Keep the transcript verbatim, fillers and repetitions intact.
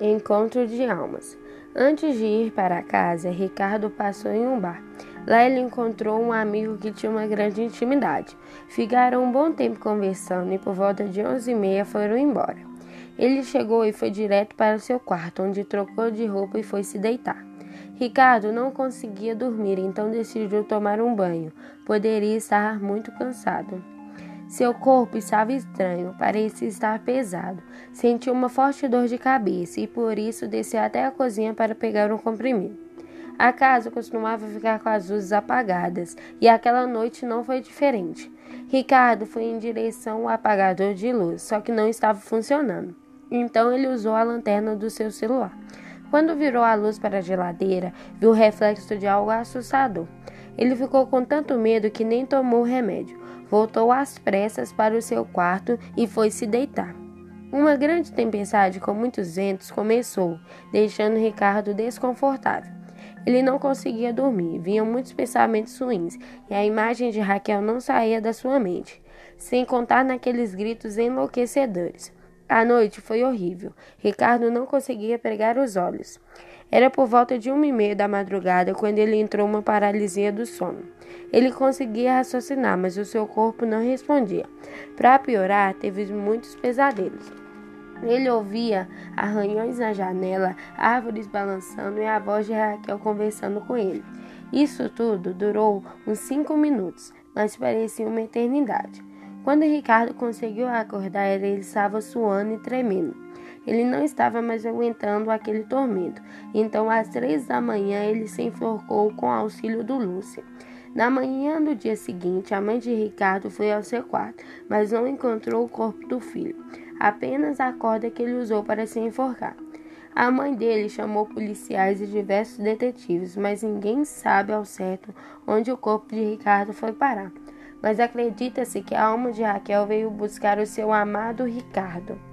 Encontro de almas. Antes de ir para casa, Ricardo passou em um bar. Lá ele encontrou um amigo que tinha uma grande intimidade. Ficaram um bom tempo conversando e por volta de onze e meia foram embora. Ele chegou e foi direto para o seu quarto, onde trocou de roupa e foi se deitar. Ricardo não conseguia dormir, então decidiu tomar um banho. Poderia estar muito cansado. Seu corpo estava estranho, parecia estar pesado. Sentiu uma forte dor de cabeça e por isso desceu até a cozinha para pegar um comprimido. A casa costumava ficar com as luzes apagadas e aquela noite não foi diferente. Ricardo foi em direção ao apagador de luz, só que não estava funcionando. Então ele usou a lanterna do seu celular. Quando virou a luz para a geladeira, viu o reflexo de algo assustador. Ele ficou com tanto medo que nem tomou o remédio. Voltou às pressas para o seu quarto e foi se deitar. Uma grande tempestade com muitos ventos começou, deixando Ricardo desconfortável. Ele não conseguia dormir, vinham muitos pensamentos ruins e a imagem de Raquel não saía da sua mente, sem contar naqueles gritos enlouquecedores. A noite foi horrível. Ricardo não conseguia pregar os olhos. Era por volta de uma e meia da madrugada quando ele entrou uma paralisia do sono. Ele conseguia raciocinar, mas o seu corpo não respondia. Para piorar, teve muitos pesadelos. Ele ouvia arranhões na janela, árvores balançando e a voz de Raquel conversando com ele. Isso tudo durou uns cinco minutos, mas parecia uma eternidade. Quando Ricardo conseguiu acordar, ele estava suando e tremendo. Ele não estava mais aguentando aquele tormento. Então, às três da manhã, ele se enforcou com o auxílio do Lúcio. Na manhã do dia seguinte, a mãe de Ricardo foi ao seu quarto, mas não encontrou o corpo do filho, apenas a corda que ele usou para se enforcar. A mãe dele chamou policiais e diversos detetives, mas ninguém sabe ao certo onde o corpo de Ricardo foi parar. Mas acredita-se que a alma de Raquel veio buscar o seu amado Ricardo.